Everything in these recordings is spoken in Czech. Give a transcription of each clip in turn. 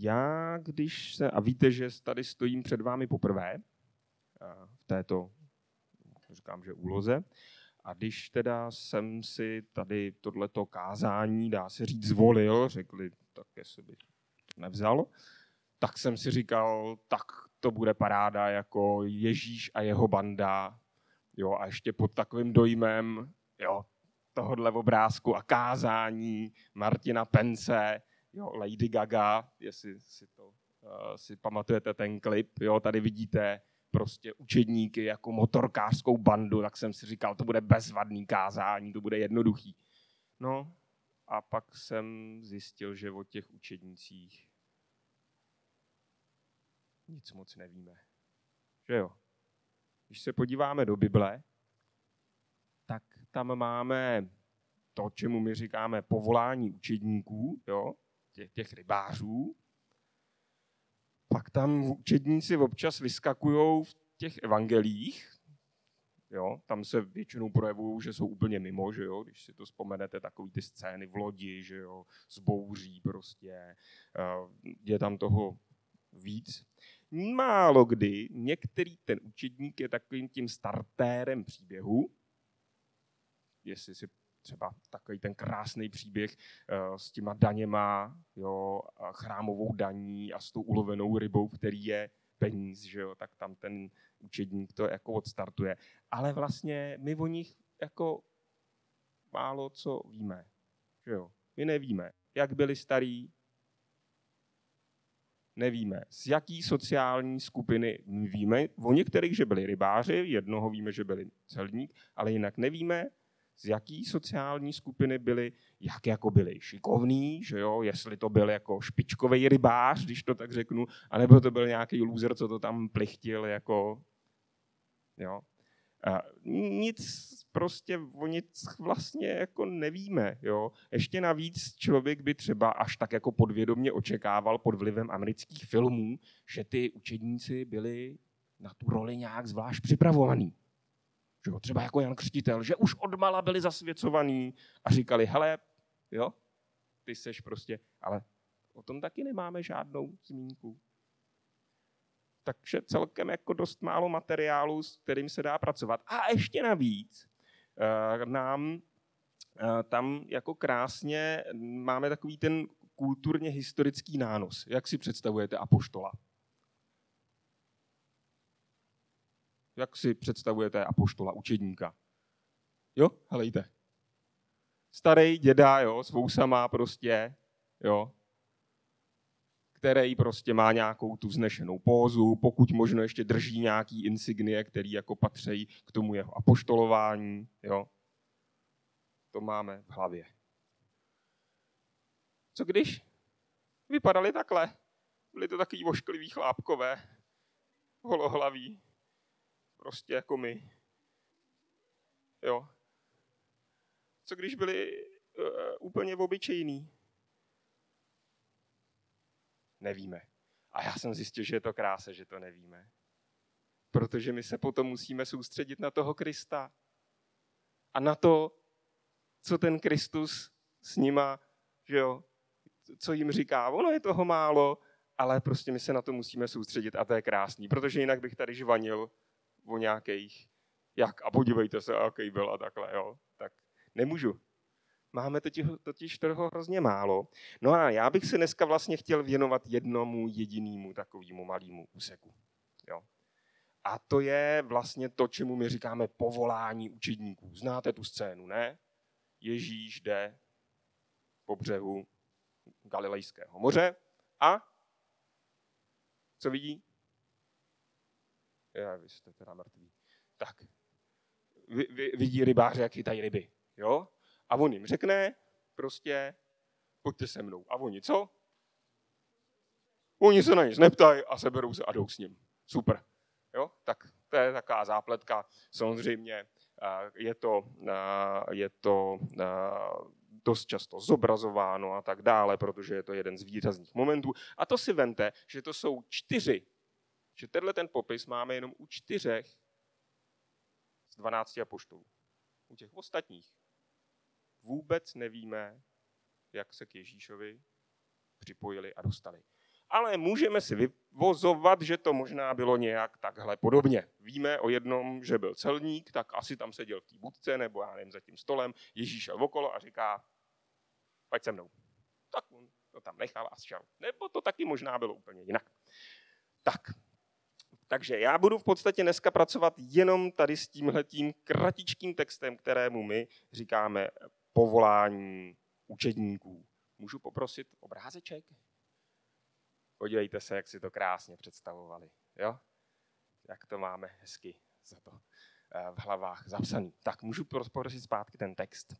a víte, že tady stojím před vámi poprvé v této, říkám, že úloze, a když teda jsem si tady tohleto kázání, dá se říct, zvolil, řekli, tak jestli bych nevzal, tak jsem si říkal, tak to bude paráda jako Ježíš a jeho banda, jo, a ještě pod takovým dojmem, jo, tohodle obrázku a kázání Martina Pence, jo, Lady Gaga, jestli si pamatujete ten klip, jo, tady vidíte prostě učedníky jako motorkářskou bandu, tak jsem si říkal, to bude bezvadný kázání, to bude jednoduchý. No a pak jsem zjistil, že o těch učednících nic moc nevíme. Že jo? Když se podíváme do Bible, tak tam máme to, čemu my říkáme povolání učedníků, jo? Těch rybářů. Pak tam učedníci občas vyskakujou v těch evangelích, jo? Tam se většinou projevují, že jsou úplně mimo, že jo? Když si to vzpomenete, takový ty scény v lodi, že jo? Z bouří prostě, je tam toho víc. Málo kdy některý ten učedník je takovým tím startérem příběhu, jestli si třeba takový ten krásný příběh s těma daněma, jo, a chrámovou daní a s tou ulovenou rybou, který je peníz, že jo, tak tam ten učedník to jako odstartuje. Ale vlastně my o nich jako málo co víme, že jo. My nevíme, jak byli starí, nevíme, z jaký sociální skupiny víme. O některých, že byli rybáři, jednoho víme, že byli celník, ale jinak nevíme, z jaký sociální skupiny byli, jak jako byli šikovní, že jo, jestli to byl jako špičkovej rybář, když to tak řeknu, anebo to byl nějaký loser, co to tam plichtil, jako, jo. Nic prostě o nic vlastně jako nevíme, jo. Ještě navíc člověk by třeba až tak jako podvědomě očekával pod vlivem amerických filmů, že ty učedníci byli na tu roli nějak zvlášť připravovaný. Že jo, třeba jako Jan Křtitel, že už odmala byli zasvěcovaní a říkali, hele, jo, ty seš prostě, ale o tom taky nemáme žádnou zmínku. Takže celkem jako dost málo materiálu, s kterým se dá pracovat. A ještě navíc nám tam jako krásně máme takový ten kulturně historický nános. Jak si představujete apoštola? Jak si představujete apoštola, učedníka? Jo, helejte. Starý děda, jo, s vousama prostě, jo, který prostě má nějakou tu vznešenou pózu, pokud možno ještě drží nějaký insignie, který jako patří k tomu jeho apoštolování, jo. To máme v hlavě. Co když vypadali takhle? Byli to takový ošklivý chlápkové, holohlaví, prostě jako my. Jo. Co když byli úplně obyčejný? Nevíme. A já jsem zjistil, že je to krása, že to nevíme. Protože my se potom musíme soustředit na toho Krista. A na to, co ten Kristus s nima, že jo, co jim říká. Ono je toho málo, ale prostě my se na to musíme soustředit a to je krásný. Protože jinak bych tady žvanil o nějakých, jak a podívejte se, jaký byl a takhle, jo. Tak nemůžu. Máme totiž toho hrozně málo. No a já bych se dneska vlastně chtěl věnovat jednomu jedinému takovému malému úseku. Jo. A to je vlastně to, čemu my říkáme povolání učedníků. Znáte tu scénu, ne? Ježíš jde po břehu Galilejského moře a co vidí? Vy jste teda mrtví. Tak, vidí rybáře, jak chytají ryby. Jo? A on jim řekne prostě, pojďte se mnou. A oni co? Oni se na nic neptají a seberou se a jdou s ním. Super. Jo? Tak to je taková zápletka. Samozřejmě je to dost často zobrazováno a tak dále, protože je to jeden z výrazných momentů. A to si vemte, že to jsou 4. Že tenhle ten popis máme jenom u 4 z 12 apoštolů. U těch ostatních vůbec nevíme, jak se k Ježíšovi připojili a dostali. ale můžeme si vyvozovat, že to možná bylo nějak takhle podobně. Víme o jednom, že byl celník, tak asi tam seděl v té budce, nebo já nevím, za tím stolem, Ježíš šel okolo a říká, pojď se mnou. Tak on to tam nechal a šel. Nebo to taky možná bylo úplně jinak. Takže já budu v podstatě dneska pracovat jenom tady s tímhletím kratičkým textem, kterému my říkáme povolání učedníků. Můžu poprosit obrázeček? Podívejte se, jak si to krásně představovali. Jo? Jak to máme hezky za to v hlavách zapsaný. Tak můžu poprosit zpátky ten text.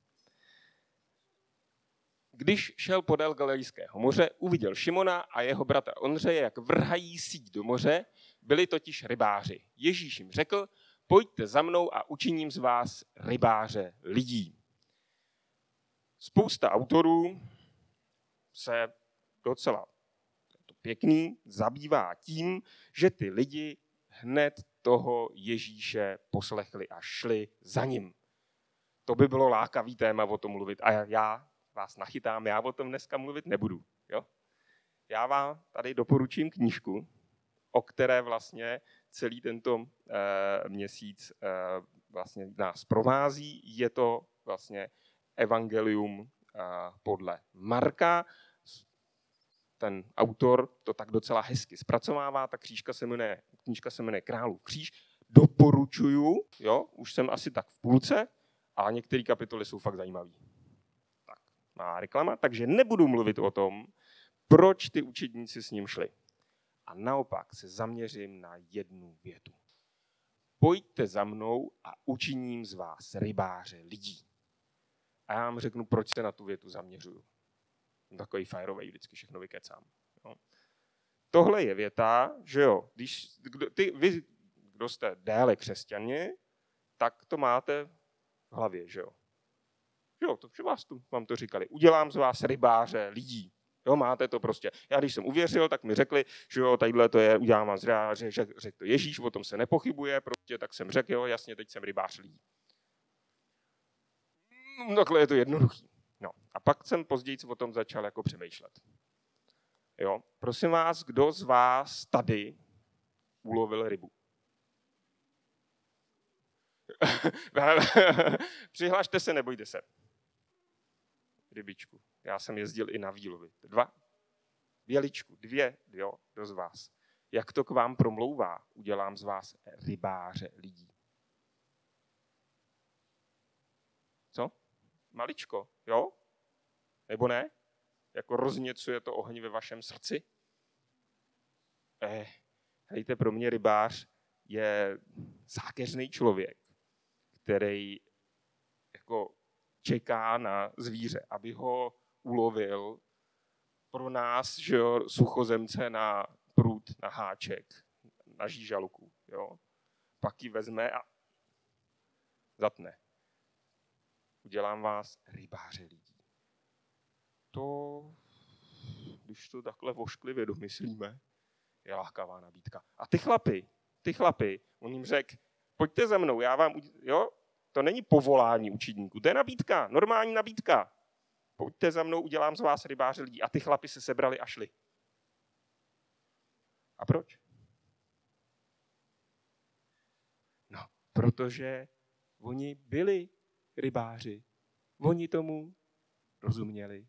Když šel podél Galilejského moře, uviděl Šimona a jeho bratra Ondřeje, jak vrhají síť do moře, byli totiž rybáři. Ježíš jim řekl, pojďte za mnou a učiním z vás rybáře lidí. Spousta autorů se docela pěkný zabývá tím, že ty lidi hned toho Ježíše poslechli a šli za ním. To by bylo lákavý téma o tom mluvit. A já vás nachytám, já o tom dneska mluvit nebudu. Jo? Já vám tady doporučím knížku, o které vlastně celý tento měsíc vlastně nás provází. Je to vlastně Evangelium podle Marka. Ten autor to tak docela hezky zpracovává, ta knížka se jmenuje Králův kříž. Doporučuju, jo, už jsem asi tak v půlce, ale některé kapitoly jsou fakt zajímavé. Tak, má reklama, takže nebudu mluvit o tom, proč ty učedníci s ním šli. A naopak se zaměřím na jednu větu. Pojďte za mnou a učiním z vás rybáře lidí. A já vám řeknu, proč se na tu větu zaměřuju. Jsem takový fajrovej, vždycky všechno vykecám. Jo. Tohle je věta, že jo, vy, kdo jste déle křesťané, tak to máte v hlavě, že jo. Že jo, to vše vám to říkali. Udělám z vás rybáře lidí. Jo, máte to prostě. Já když jsem uvěřil, tak mi řekli, že jo, tadyhle to je, udělám vás rybáře, řekl to Ježíš, o tom se nepochybuje, prostě, tak jsem řekl, jo, jasně, teď jsem rybář lidí. Takhle je to jednoduchý. No, a pak jsem později o tom začal jako přemýšlet. Jo, prosím vás, kdo z vás tady ulovil rybu? Přihlašte se, nebojte se. Rybičku. Já jsem jezdil i na výlovy. 2. Běličku. 2. Jo, kdo z vás. Jak to k vám promlouvá? Udělám z vás rybáře lidí. Co? Maličko, jo? Nebo ne? Jako rozněcuje to oheň ve vašem srdci? Hejte, pro mě rybář je zákeřný člověk, který jako čeká na zvíře, aby ho ulovil pro nás, že jo, suchozemce na prut, na háček, na žížaluku. Jo? Pak ji vezme a zatne. Udělám vás rybáře lidí. To, když to takhle vošklivě domyslíme, je lákavá nabídka. A ty chlapi, on jim řekl, pojďte za mnou, já vám, jo, to není povolání učedníků, to je nabídka, normální nabídka. Pojďte za mnou, udělám z vás rybáře lidí. A ty chlapi se sebrali a šli. A proč? No, protože oni byli rybáři. Oni tomu rozuměli.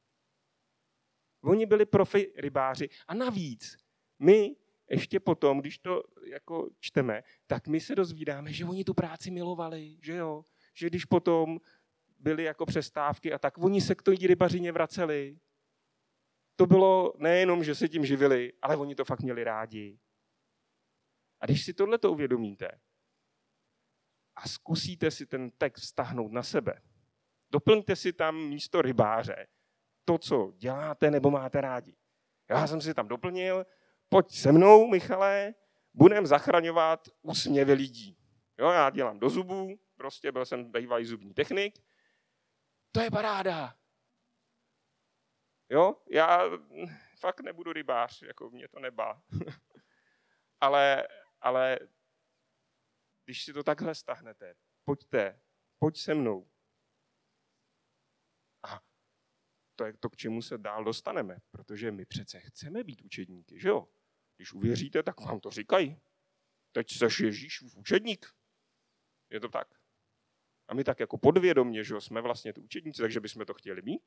Oni byli profi rybáři. A navíc my ještě potom, když to jako čteme, tak my se dozvídáme, že oni tu práci milovali, že jo? Že když potom byly jako přestávky a tak, oni se k té rybařině vraceli. To bylo nejenom, že se tím živili, ale oni to fakt měli rádi. A když si tohleto uvědomíte a zkusíte si ten text vztahnout na sebe, doplňte si tam místo rybáře to, co děláte nebo máte rádi. Já jsem si tam doplnil, pojď se mnou, Michale, budeme zachraňovat úsměvy lidí. Jo, já dělám do zubů, prostě byl jsem bývalý zubní technik. To je paráda. Jo, já fakt nebudu rybář, jako mě to nebá. ale když si to takhle stáhnete, pojď se mnou. A to je to, k čemu se dál dostaneme, protože my přece chceme být učedníky, že jo? Když uvěříte, tak vám to říkají. Teď seš Ježíšův učedník. Je to tak? A my tak jako podvědomě, že jo, jsme vlastně ty učedníci, takže bychom to chtěli mít.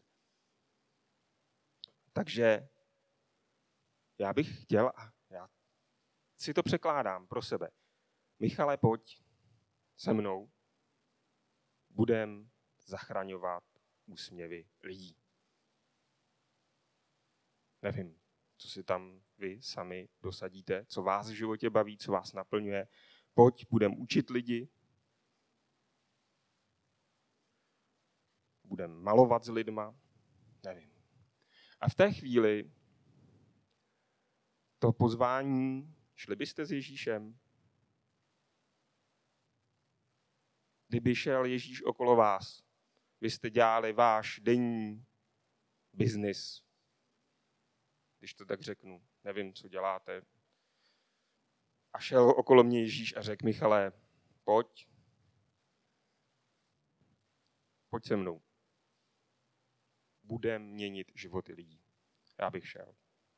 Takže já bych chtěl, a já si to překládám pro sebe. Michale, pojď se mnou, budem zachraňovat úsměvy lidí. Nevím, co si tam vy sami dosadíte, co vás v životě baví, co vás naplňuje. Pojď, budem učit lidi, budem malovat s lidma, nevím. A v té chvíli to pozvání, šli byste s Ježíšem? Kdyby šel Ježíš okolo vás, vy jste dělali váš denní biznis, když to tak řeknu, nevím, co děláte. A šel okolo mě Ježíš a řekl, Michale, pojď se mnou. Budem měnit životy lidí. Já bych šel.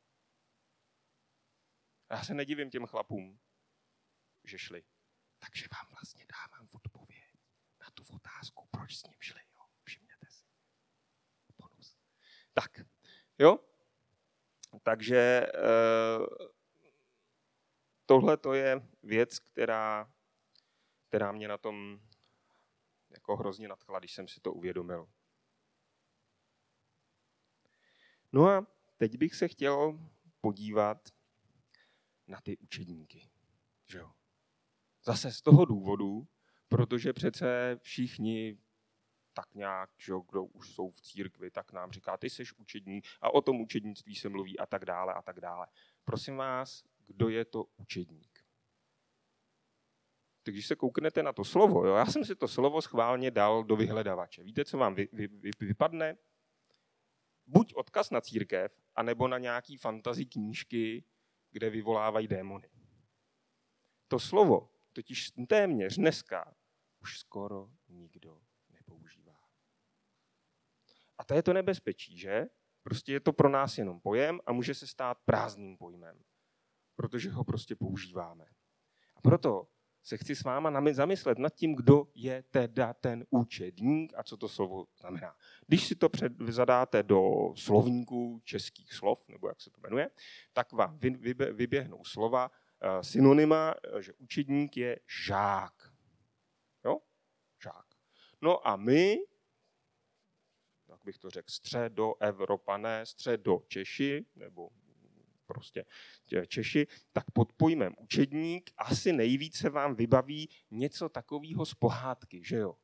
A já se nedivím těm chlapům, že šli. Takže vám vlastně dávám odpověď na tu otázku, proč s ním šli. Jo? Všimněte si. Bonus. Tak, jo? Takže tohle to je věc, která mě na tom jako hrozně nadchla, když jsem si to uvědomil. No a teď bych se chtěl podívat na ty učedníky. Že jo? Zase z toho důvodu, protože přece všichni tak nějak, že jo, kdo už jsou v církvi, tak nám říká, ty seš učedník a o tom učednictví se mluví a tak dále a tak dále. Prosím vás, kdo je to učedník? Tak když se kouknete na to slovo, jo, já jsem si to slovo schválně dal do vyhledavače. Víte, co vám vypadne? Buď odkaz na církev, anebo na nějaký fantasy knížky, kde vyvolávají démony. To slovo totiž téměř dneska už skoro nikdo nepoužívá. A to je to nebezpečí, že? Prostě je to pro nás jenom pojem a může se stát prázdným pojmem, protože ho prostě používáme. A proto se chci s váma zamyslet nad tím, kdo je teda ten učedník a co to slovo znamená. Když si to zadáte do slovníku českých slov, nebo jak se to jmenuje, tak vám vyběhnou slova, synonyma, že učedník je žák. Jo? Žák. No a my, jak bych to řekl, středoevropané, středočeši, nebo prostě Češi, tak pod pojmem učedník asi nejvíce vám vybaví něco takového z pohádky, že jo?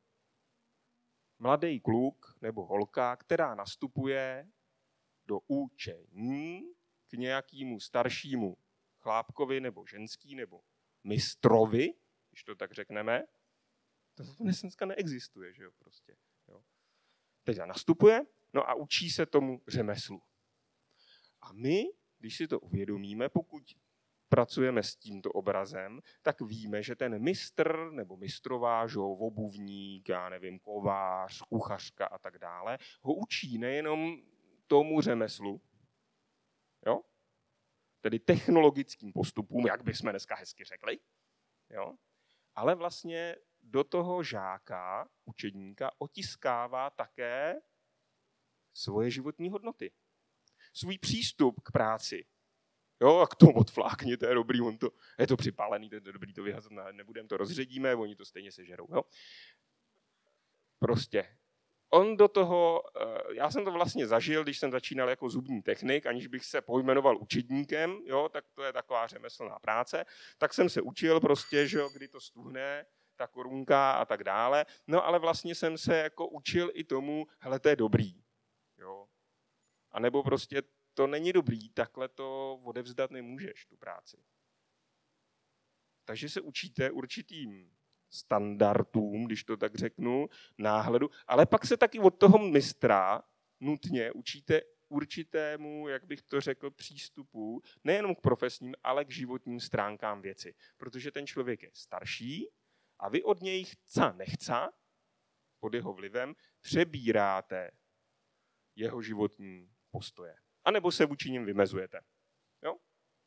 Mladý kluk nebo holka, která nastupuje do učení k nějakému staršímu chlápkovi nebo ženský nebo mistrovi, když to tak řekneme, to dneska neexistuje, že jo, prostě. Jo. Teď nastupuje, no a učí se tomu řemeslu. A my, když si to uvědomíme, pokud pracujeme s tímto obrazem, tak víme, že ten mistr nebo mistrová, že obuvník, já nevím, kovář, kuchařka a tak dále, ho učí nejenom tomu řemeslu, jo? Tedy technologickým postupům, jak bychom dneska hezky řekli, jo? Ale vlastně do toho žáka, učedníka, otiskává také svoje životní hodnoty. Svůj přístup k práci. Jo, a k tomu odflákni, to je dobrý, je to připálený, to je dobrý, to vyhazat, nebudeme to rozředíme, oni to stejně sežerou. Jo? Prostě. On do toho, já jsem to vlastně zažil, když jsem začínal jako zubní technik, aniž bych se pojmenoval učedníkem, jo, tak to je taková řemeslná práce, tak jsem se učil prostě, že jo, kdy to stuhne, ta korunka a tak dále, no ale vlastně jsem se jako učil i tomu, hele, to je dobrý, jo. A nebo prostě to není dobrý, takhle to odevzdat nemůžeš, tu práci. Takže se učíte určitým standardům, když to tak řeknu, náhledu, ale pak se taky od toho mistra nutně učíte určitému, jak bych to řekl, přístupu, nejenom k profesním, ale k životním stránkám věci. Protože ten člověk je starší a vy od něj chce nechce, pod jeho vlivem, přebíráte jeho životní postoje. A nebo se vůči nim vymezujete. Jo?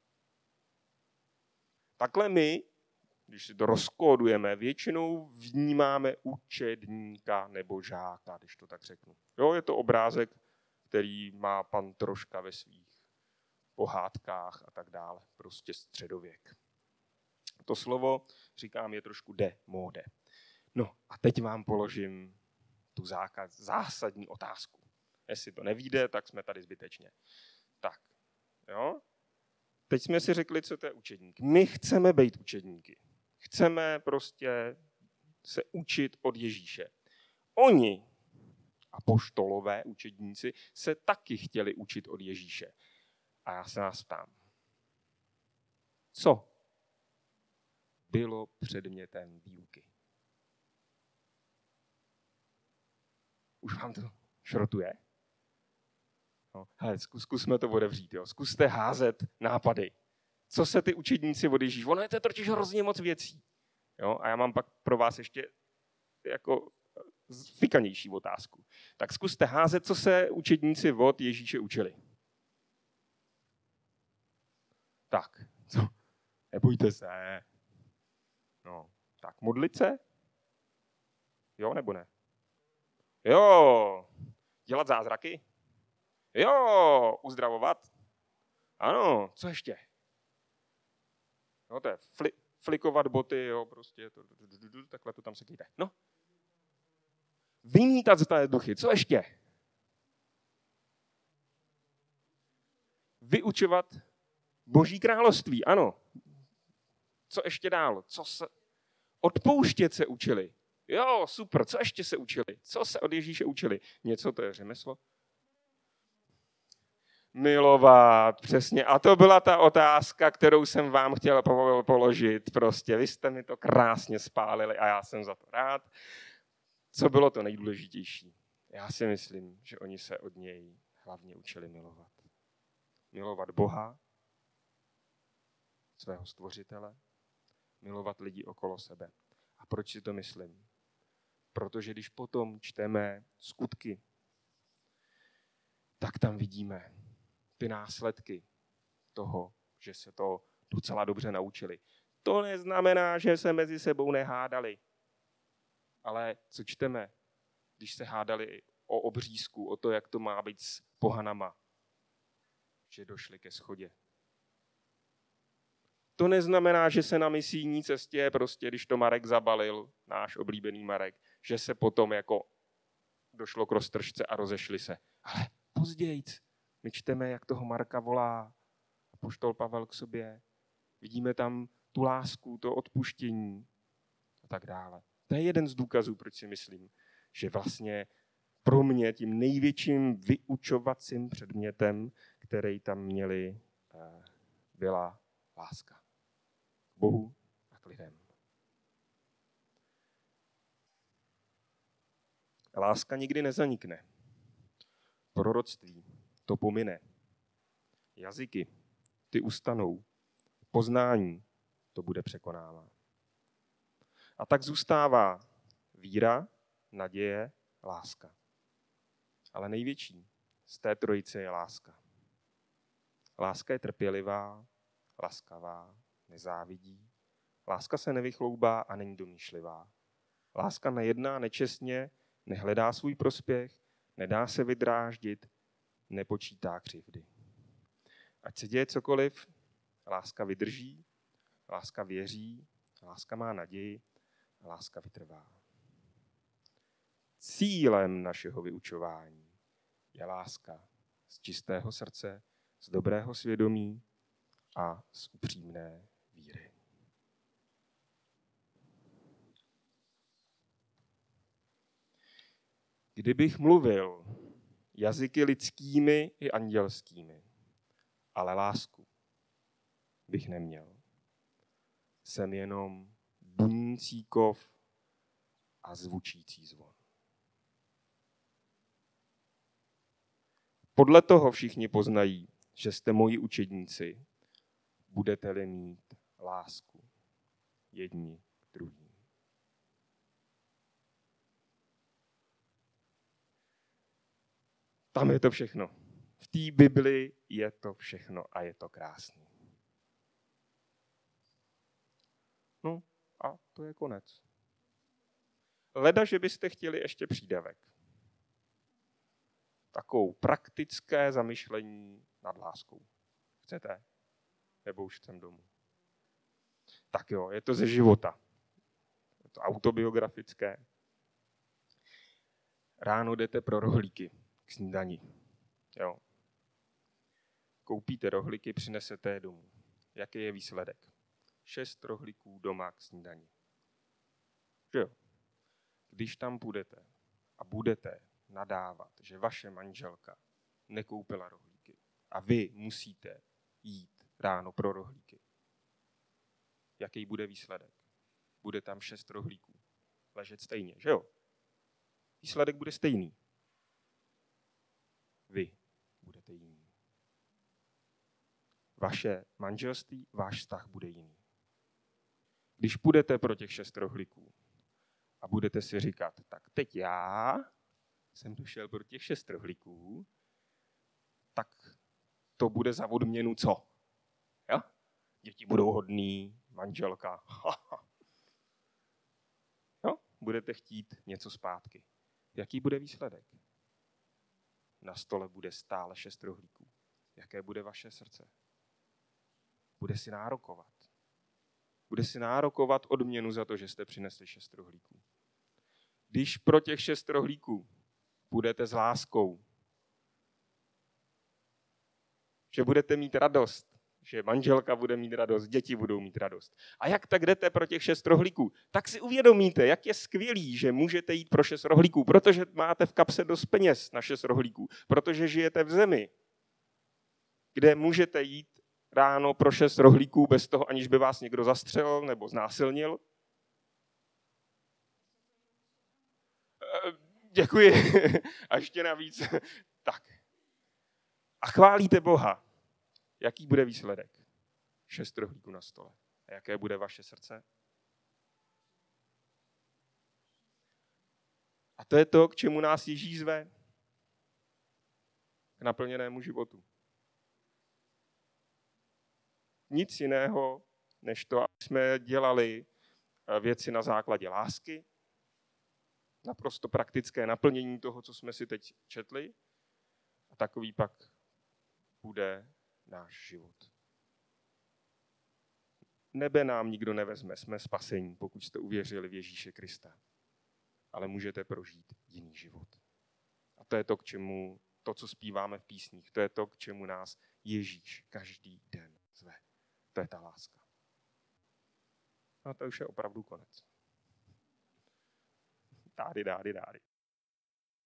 Takhle my, když si to rozkódujeme, většinou vnímáme učedníka nebo žáka, když to tak řeknu. Jo, je to obrázek, který má pan Troška ve svých pohádkách a tak dále. Prostě středověk. To slovo, říkám, je trošku demode. No a teď vám položím tu zásadní otázku. Jestli to nevíde, tak jsme tady zbytečně. Tak, jo. Teď jsme si řekli, co to je učedník. My chceme být učedníky. Chceme prostě se učit od Ježíše. Oni, apoštolové učedníci, se taky chtěli učit od Ježíše. A já se nás ptám, co bylo předmětem výuky? Už vám to šrotuje? No, hele, zkusme to otevřít. Jo. Zkuste házet nápady. Co se ty učedníci od Ježíše? Ono je to totiž hrozně moc věcí. Jo. A já mám pak pro vás ještě jako fikanější otázku. Tak zkuste házet, co se učedníci od Ježíše učili. Tak, co? Nebojte se. No, tak modlit se? Jo, nebo ne? Jo, dělat zázraky? Jo, uzdravovat? Ano, co ještě? No, to je flikovat boty, jo, prostě, takhle to tam sekejte. No. Vymítat zlé duchy, co ještě? Vyučovat Boží království, ano. Co ještě dál? Odpouštět se učili. Jo, super, co ještě se učili? Co se od Ježíše učili? Něco, to je řemeslo? Milovat, přesně. A to byla ta otázka, kterou jsem vám chtěl položit. Prostě vy jste mi to krásně spálili a já jsem za to rád. Co bylo to nejdůležitější? Já si myslím, že oni se od něj hlavně učili milovat. Milovat Boha, svého stvořitele, milovat lidi okolo sebe. A proč si to myslím? Protože když potom čteme skutky, tak tam vidíme ty následky toho, že se to docela dobře naučili. To neznamená, že se mezi sebou nehádali. Ale co čteme, když se hádali o obřízku, o to, jak to má být s pohanama, že došli ke shodě. To neznamená, že se na misijní cestě, prostě když to Marek zabalil, náš oblíbený Marek, že se potom jako došlo k roztržce a rozešli se. Ale pozdějc my čteme, jak toho Marka volá apoštol Pavel k sobě. Vidíme tam tu lásku, to odpuštění a tak dále. To je jeden z důkazů, proč si myslím, že vlastně pro mě tím největším vyučovacím předmětem, který tam měli, byla láska k Bohu a k lidem. Láska nikdy nezanikne. Proroctví to pomine. Jazyky ty ustanou. Poznání to bude překonávat. A tak zůstává víra, naděje, láska. Ale největší z té trojice je láska. Láska je trpělivá, laskavá, nezávidí. Láska se nevychloubá a není domýšlivá. Láska nejedná nečestně, nehledá svůj prospěch, nedá se vydráždit, nepočítá křivdy. Ať se děje cokoliv, láska vydrží, láska věří, láska má naději a láska vytrvá. Cílem našeho vyučování je láska z čistého srdce, z dobrého svědomí a z upřímné víry. Kdybych mluvil jazyky lidskými i andělskými, ale lásku bych neměl. Jsem jenom dunící kov a zvučící zvon. Podle toho všichni poznají, že jste moji učedníci, budete-li mít lásku jedni k druhým. Tam je to všechno. V té Bibli je to všechno a je to krásný. No a to je konec. Leda, že byste chtěli ještě přídavek. Takovou praktické zamyšlení nad láskou. Chcete? Nebo už chcem domů? Tak jo, je to ze života. Je to autobiografické. Ráno jdete pro rohlíky k snídani. Jo. Koupíte rohlíky, přinesete je domů. Jaký je výsledek? 6 rohlíků doma k snídani. Že jo? Když tam půjdete a budete nadávat, že vaše manželka nekoupila rohlíky a vy musíte jít ráno pro rohlíky, jaký bude výsledek? Bude tam 6 rohlíků ležet stejně, že jo? Výsledek bude stejný. Vy budete jiný. Vaše manželství, váš vztah bude jiný. Když půjdete pro těch 6 rohlíků a budete si říkat, tak teď já jsem došel pro těch 6 rohlíků, tak to bude za odměnu co? Jo? Děti budou hodný, manželka. Jo? Budete chtít něco zpátky. Jaký bude výsledek? Na stole bude stále 6 rohlíků. Jaké bude vaše srdce? Bude si nárokovat. Bude si nárokovat odměnu za to, že jste přinesli 6 rohlíků. Když pro těch 6 rohlíků půjdete s láskou, že budete mít radost, že manželka bude mít radost, děti budou mít radost. A jak tak jdete pro těch 6 rohlíků, tak si uvědomíte, jak je skvělý, že můžete jít pro 6 rohlíků, protože máte v kapse dost peněz na 6 rohlíků, protože žijete v zemi, kde můžete jít ráno pro 6 rohlíků bez toho, aniž by vás někdo zastřelil nebo znásilnil. Děkuji. A ještě navíc. Tak. A chválíte Boha. Jaký bude výsledek? 6 rohlíků na stole. A jaké bude vaše srdce? A to je to, k čemu nás Ježíš zve. K naplněnému životu. Nic jiného, než to, aby jsme dělali věci na základě lásky, naprosto praktické naplnění toho, co jsme si teď četli, a takový pak bude náš život. Nebe nám nikdo nevezme, jsme spasení, pokud jste uvěřili v Ježíše Krista. Ale můžete prožít jiný život. A to je to, k čemu, to, co zpíváme v písních, to je to, k čemu nás Ježíš každý den zve. To je ta láska. A to už je opravdu konec. Dády.